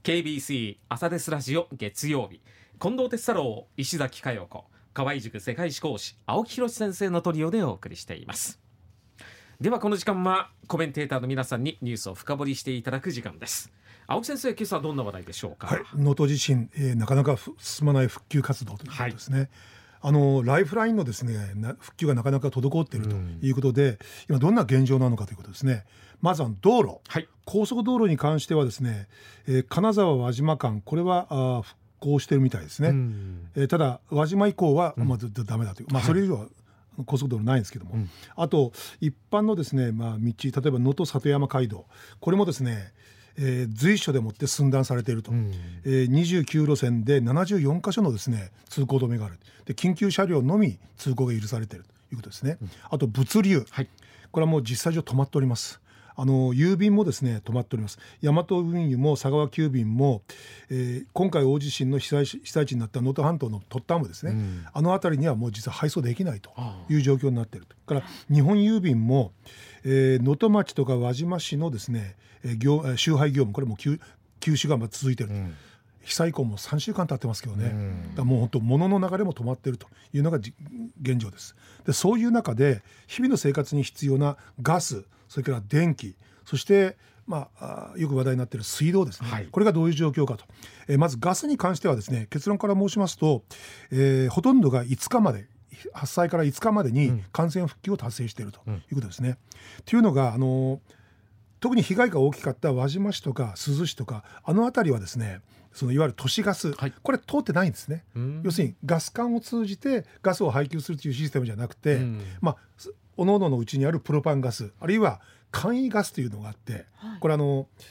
KBC 朝ですラジオ月曜日、近藤哲太郎、石崎佳代子、河合塾世界史講師青木宏先生のトリオでお送りしています。ではこの時間はコメンテーターの皆さんにニュースを深掘りしていただく時間です。青木先生、今朝はどんな話題でしょうか。 能登地震、なかなか進まない復旧活動ということですね。ライフラインのですね復旧がなかなか滞っているということで、今どんな現状なのかということですね。まずは道路、高速道路に関してはですね、金沢輪島間、これは復興しているみたいですね。ただ輪島以降は、ダメだという、それ以上は高速道路ないんですけども、あと一般のですね、道、例えば能登里山街道、これもですね、随所でもって寸断されていると、29路線で74カ所のですね通行止めがある。で緊急車両のみ通行が許されているということですね。あと物流、これはもう実際上止まっております。郵便もですね止まっております。大和運輸も佐川急便も、今回大地震の被災地になった能登半島の突端部ですね、あの辺りにはもう実は配送できないという状況になっていると。から日本郵便も能登町とか輪島市のですね、集配業務、これも休止が続いていると。被災以降も3週間経ってますけどね、だからもう本当物の流れも止まっているというのが現状です。でそういう中で日々の生活に必要なガス、それから電気、そしてよく話題になっている水道ですね、これがどういう状況かと。まずガスに関してはですね、結論から申しますと、ほとんどが5日まで、発災から5日までに完全復旧を達成しているということですね。というのが特に被害が大きかった輪島市とか珠洲市とか辺りはですね、そのいわゆる都市ガス、これ通ってないんですね。要するにガス管を通じてガスを配給するというシステムじゃなくて、おのおののうちにあるプロパンガス、あるいは簡易ガスというのがあって、これ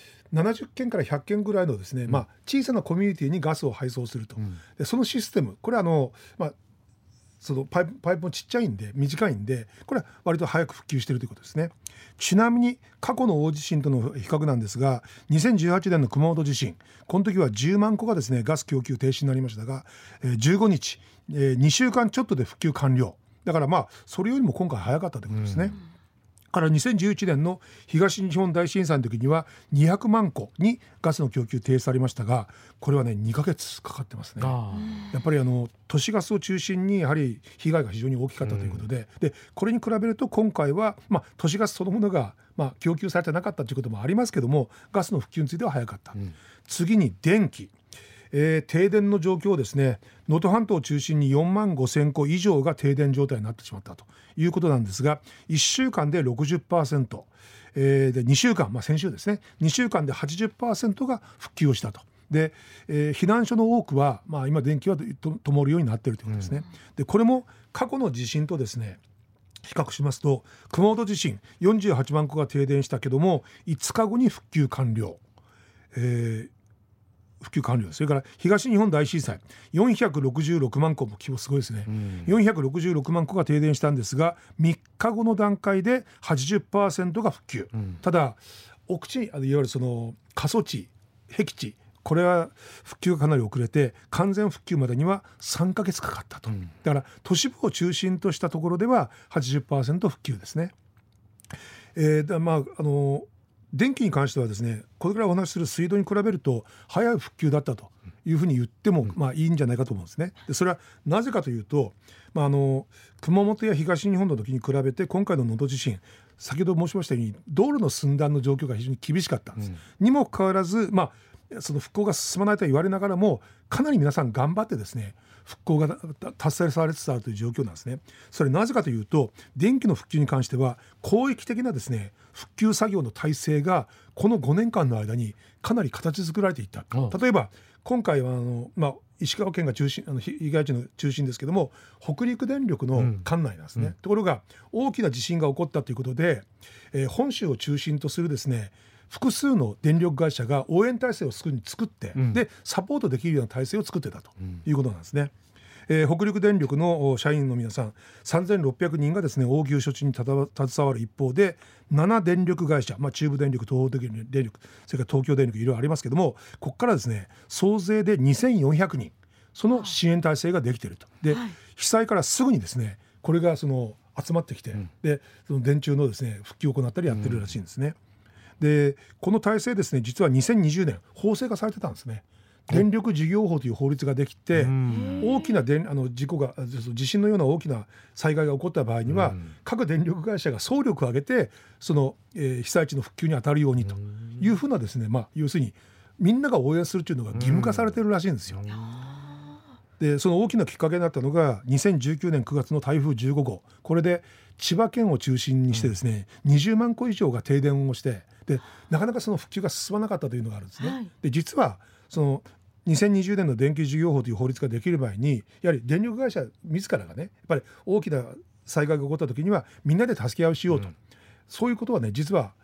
70件から100件ぐらいのですね、小さなコミュニティにガスを配送すると。でそのシステム、これはそのパイプもちっちゃいんで短いんで、これは割と早く復旧しているということですね。ちなみに過去の大地震との比較なんですが、2018年の熊本地震、この時は10万戸がですねガス供給停止になりましたが、15日、2週間ちょっとで復旧完了。だからそれよりも今回早かったということですね。から2011年の東日本大震災の時には200万戸にガスの供給停止されましたが、これはね2ヶ月かかってますね。やっぱり都市ガスを中心にやはり被害が非常に大きかったということで、これに比べると今回は、都市ガスそのものが、供給されてなかったということもありますけども、ガスの普及については早かった。次に電気、停電の状況ですね。能登半島を中心に4万5000戸以上が停電状態になってしまったということなんですが、1週間で 60%、で2週間、先週ですね、2週間で 80% が復旧をしたと。で、避難所の多くは、今電気は灯るようになっているということですね。でこれも過去の地震とですね比較しますと、熊本地震48万戸が停電したけども5日後に復旧完了、それから東日本大震災466万戸も規模すごいですね、466万戸が停電したんですが、3日後の段階で 80% が復旧、ただ奥地、いわゆるその過疎地、僻地、これは復旧がかなり遅れて完全復旧までには3ヶ月かかったと。だから都市部を中心としたところでは 80% 復旧ですね。電気に関してはですね、これからお話しする水道に比べると早い復旧だったというふうに言ってもいいんじゃないかと思うんですね。でそれはなぜかというと、熊本や東日本の時に比べて今回の能登地震、先ほど申しましたように道路の寸断の状況が非常に厳しかったんです、にもかかわらず、その復興が進まないと言われながらもかなり皆さん頑張ってですね復興が達成されつつあるという状況なんですね。それなぜかというと、電気の復旧に関しては広域的なですね復旧作業の体制がこの5年間の間にかなり形作られていった。例えば今回は石川県が中心、被害地の中心ですけども、北陸電力の管内なんですね、ところが大きな地震が起こったということで、本州を中心とするですね複数の電力会社が応援体制を作って、でサポートできるような体制を作ってたということなんですね。北陸電力の社員の皆さん3600人がですね応急処置に携わる一方で、7電力会社、中部電力、東北電力、それから東京電力、いろいろありますけども、ここからですね総勢で2400人、その支援体制ができていると。で、被災からすぐにですねこれが集まってきて、でその電柱のですね復旧を行ったりやってるらしいんですね。 でこの体制ですね、実は2020年法制化されてたんですね。電力事業法という法律ができて、大きな事故が地震のような大きな災害が起こった場合には、各電力会社が総力を挙げてその、被災地の復旧に当たるようにというふうなですね、要するにみんなが応援するというのが義務化されてるらしいんですよ。でその大きなきっかけになったのが2019年9月の台風15号、これで千葉県を中心にしてですね、20万戸以上が停電をして、でなかなかその復旧が進まなかったというのがあるんですね。で実はその2020年の電気事業法という法律ができる前に、やはり電力会社自らがね、やっぱり大きな災害が起こった時にはみんなで助け合いをしようと、そういうことはね、実は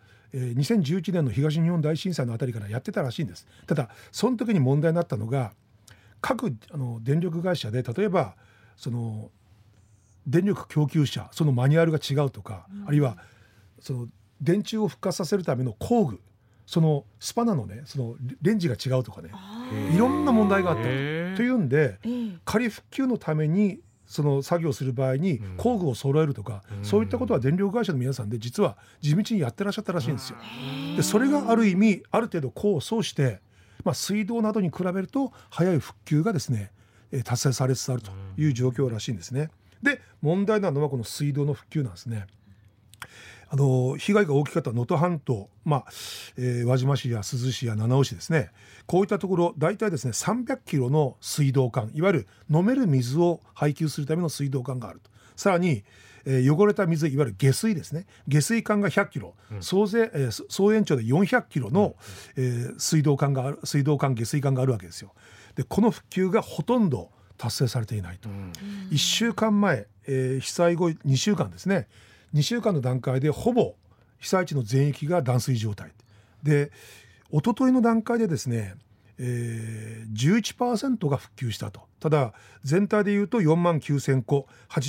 2011年の東日本大震災のあたりからやってたらしいんです。ただその時に問題になったのが、各電力会社で例えばその電力供給者、そのマニュアルが違うとか、あるいはその電柱を復活させるための工具、そのスパナのね、そのレンジが違うとかね、いろんな問題があったというんで、仮復旧のためにその作業する場合に工具を揃えるとか、そういったことは電力会社の皆さんで実は地道にやってらっしゃったらしいんですよ。でそれがある意味ある程度功を奏して、水道などに比べると早い復旧がですね、達成されつつあるという状況らしいんですね。で問題なのはこの水道の復旧なんですね。被害が大きかった能登半島、輪島市や珠洲市や七尾市ですね、こういったところ大体ですね300キロの水道管、いわゆる飲める水を配給するための水道管があると。さらに、汚れた水、いわゆる下水ですね、下水管が100キロ、総延長で400キロの、水道管、下水管があるわけですよ。でこの復旧がほとんど達成されていないと。1週間前、被災後2週間ですね、2週間の段階でほぼ被災地の全域が断水状態で、一昨日の段階でですね、11% が復旧したと。ただ全体でいうと4万9000戸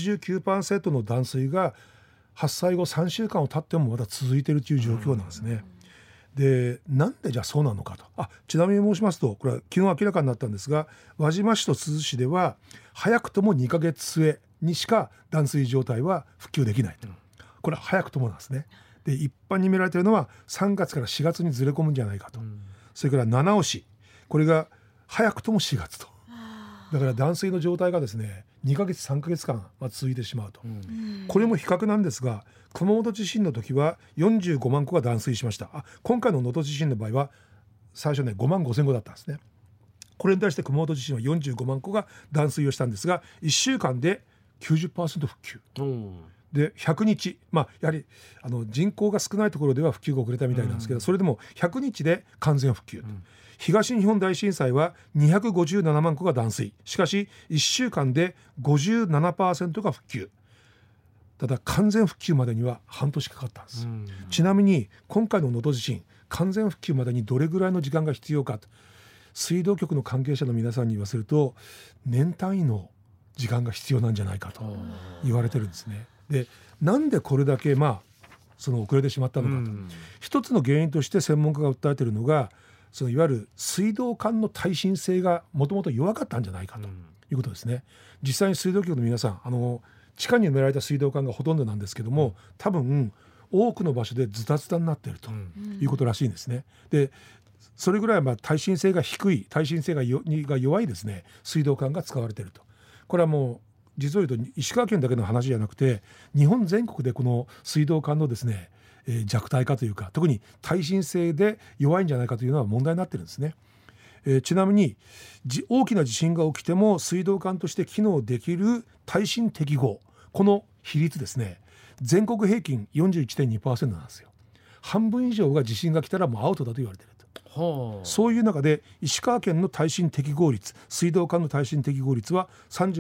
89% の断水が発災後3週間を経ってもまだ続いているという状況なんですね。でなんでじゃあそうなのかと。ちなみに申しますと、これは昨日明らかになったんですが、輪島市と珠洲市では早くとも2ヶ月末にしか断水状態は復旧できないと。これは早くともなんですね。で一般に見られているのは3月から4月にずれ込むんじゃないかと。それから七尾市、これが早くとも4月と。だから断水の状態がですね2ヶ月3ヶ月間続いてしまうと。これも比較なんですが、熊本地震の時は45万戸が断水しました。今回の能登地震の場合は最初ね5万5千戸だったんですね。これに対して熊本地震は45万戸が断水をしたんですが、1週間で 90% 復旧で100日、やはり人口が少ないところでは復旧が遅れたみたいなんですけど、それでも100日で完全復旧。東日本大震災は257万戸が断水、しかし1週間で 57% が復旧。ただ完全復旧までには半年かかったんです。ちなみに今回の能登地震、完全復旧までにどれぐらいの時間が必要かと、水道局の関係者の皆さんに言わせると年単位の時間が必要なんじゃないかと言われてるんですね。でなんでこれだけその遅れてしまったのかと。一つの原因として専門家が訴えているのが、そのいわゆる水道管の耐震性がもともと弱かったんじゃないかということですね。実際に水道局の皆さん、地下に埋められた水道管がほとんどなんですけども、多分多くの場所でズタズタになっているということらしいんですね。でそれぐらい耐震性が低い、耐震性が弱いですね水道管が使われていると。これはもう実を言うと石川県だけの話じゃなくて、日本全国でこの水道管のですね、弱体化というか、特に耐震性で弱いんじゃないかというのは問題になっているんですね。ちなみに大きな地震が起きても水道管として機能できる耐震適合、この比率ですね、全国平均 41.2% なんですよ。半分以上が地震が来たらもうアウトだと言われていると。そういう中で石川県の耐震適合率、水道管の耐震適合率は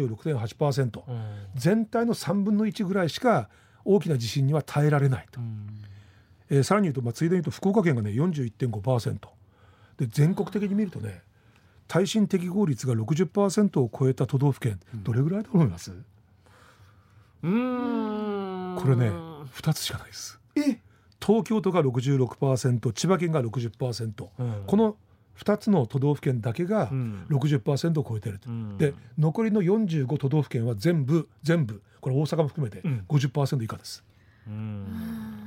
36.8%、全体の3分の1ぐらいしか大きな地震には耐えられないと。さらに言うと、ついでに言うと福岡県がね 41.5% で、全国的に見るとね耐震適合率が 60% を超えた都道府県、どれぐらいだと思います？これね2つしかないです。東京都が 66%、千葉県が 60%、この2つの都道府県だけが 60% を超えていると。で残りの45都道府県は全部これ大阪も含めて 50% 以下です。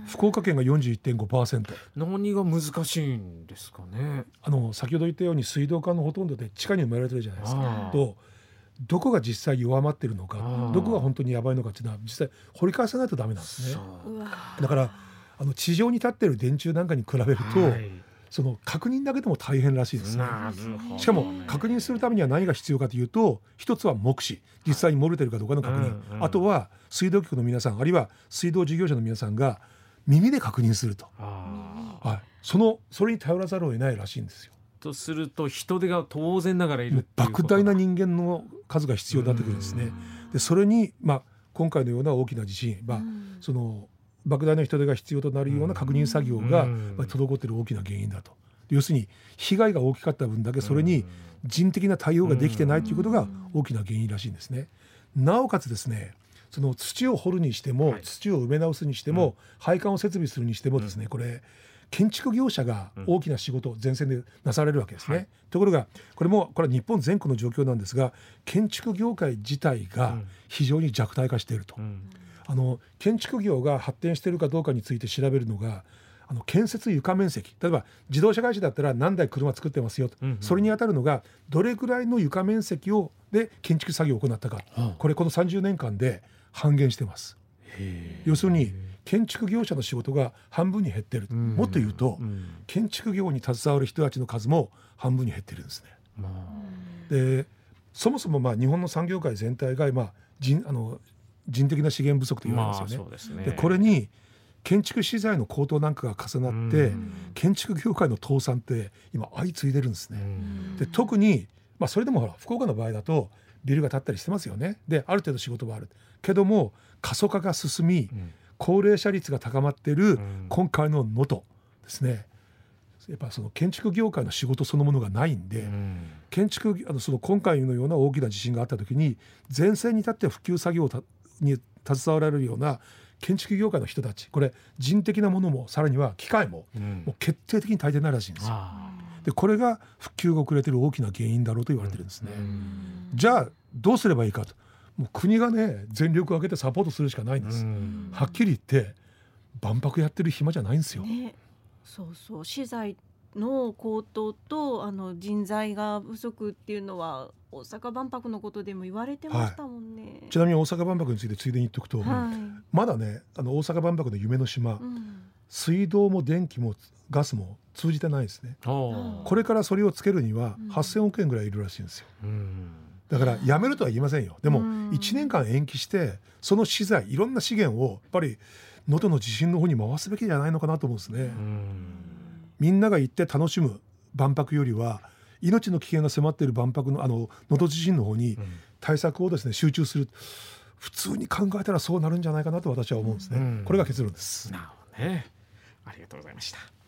福岡県が 41.5%。 何が難しいんですかね。 先ほど言ったように水道管のほとんどで地下に埋められてるじゃないですか。とどこが実際弱まってるのか、どこが本当にやばいのかっていうのは実際掘り返さないとダメなんですね。だから地上に立ってる電柱なんかに比べると、その確認だけでも大変らしいですね。しかも確認するためには何が必要かというと、一つは目視、実際に漏れてるかどうかの確認、あとは水道局の皆さん、あるいは水道事業者の皆さんが耳で確認すると、それに頼らざるを得ないらしいんですよ。 とすると人手が当然ながらいるっていう莫大な人間の数が必要になってくるんですね。でそれに、今回のような大きな地震、その莫大な人手が必要となるような確認作業が滞っている大きな原因だと。要するに被害が大きかった分だけそれに人的な対応ができてないということが大きな原因らしいんですね。なおかつですね、その土を掘るにしても、土を埋め直すにしても、配管を設備するにしてもですね、これ建築業者が大きな仕事を前線でなされるわけですね。ところがこれは日本全国の状況なんですが、建築業界自体が非常に弱体化していると。建築業が発展しているかどうかについて調べるのが建設床面積、例えば自動車会社だったら何台車作ってますよと、それに当たるのがどれくらいの床面積で建築作業を行ったか、この30年間で半減してます。要するに建築業者の仕事が半分に減ってる、もっと言うと、建築業に携わる人たちの数も半分に減ってるんですね。でそもそも日本の産業界全体が人的な資源不足と言われますよね。でこれに建築資材の高騰なんかが重なって、建築業界の倒産って今相次いでるんですね。で特に、それでも福岡の場合だとビルが建ったりしてますよね。である程度仕事はあるけども、過疎化が進み、高齢者率が高まっている今回の能登ですね。やっぱその建築業界の仕事そのものがないんで、その今回のような大きな地震があった時に前線に立って復旧作業に携わられるような建築業界の人たち、これ人的なものもさらには機械も、もう決定的に足りてないらしいんですよ。でこれが復旧が遅れている大きな原因だろうと言われてるんですね。じゃあどうすればいいかと、もう国がね全力を挙げてサポートするしかないんです。はっきり言って万博やってる暇じゃないんですよ。 そう資材の高騰と人材が不足っていうのは大阪万博のことでも言われてましたもんね。 ちなみに大阪万博についてついでに言っておくと、まだね大阪万博の夢の島、水道も電気もガスも通じてないですね。これからそれをつけるには8000億円ぐらいいるらしいんですよ。だからやめるとは言いませんよ。でも1年間延期してその資材いろんな資源をやっぱり能登の地震の方に回すべきじゃないのかなと思うんですね。みんなが行って楽しむ万博よりは命の危険が迫っている万博の能登地震の方に対策をですね集中する、普通に考えたらそうなるんじゃないかなと私は思うんですね。これが結論です。 なるほどね。ありがとうございました。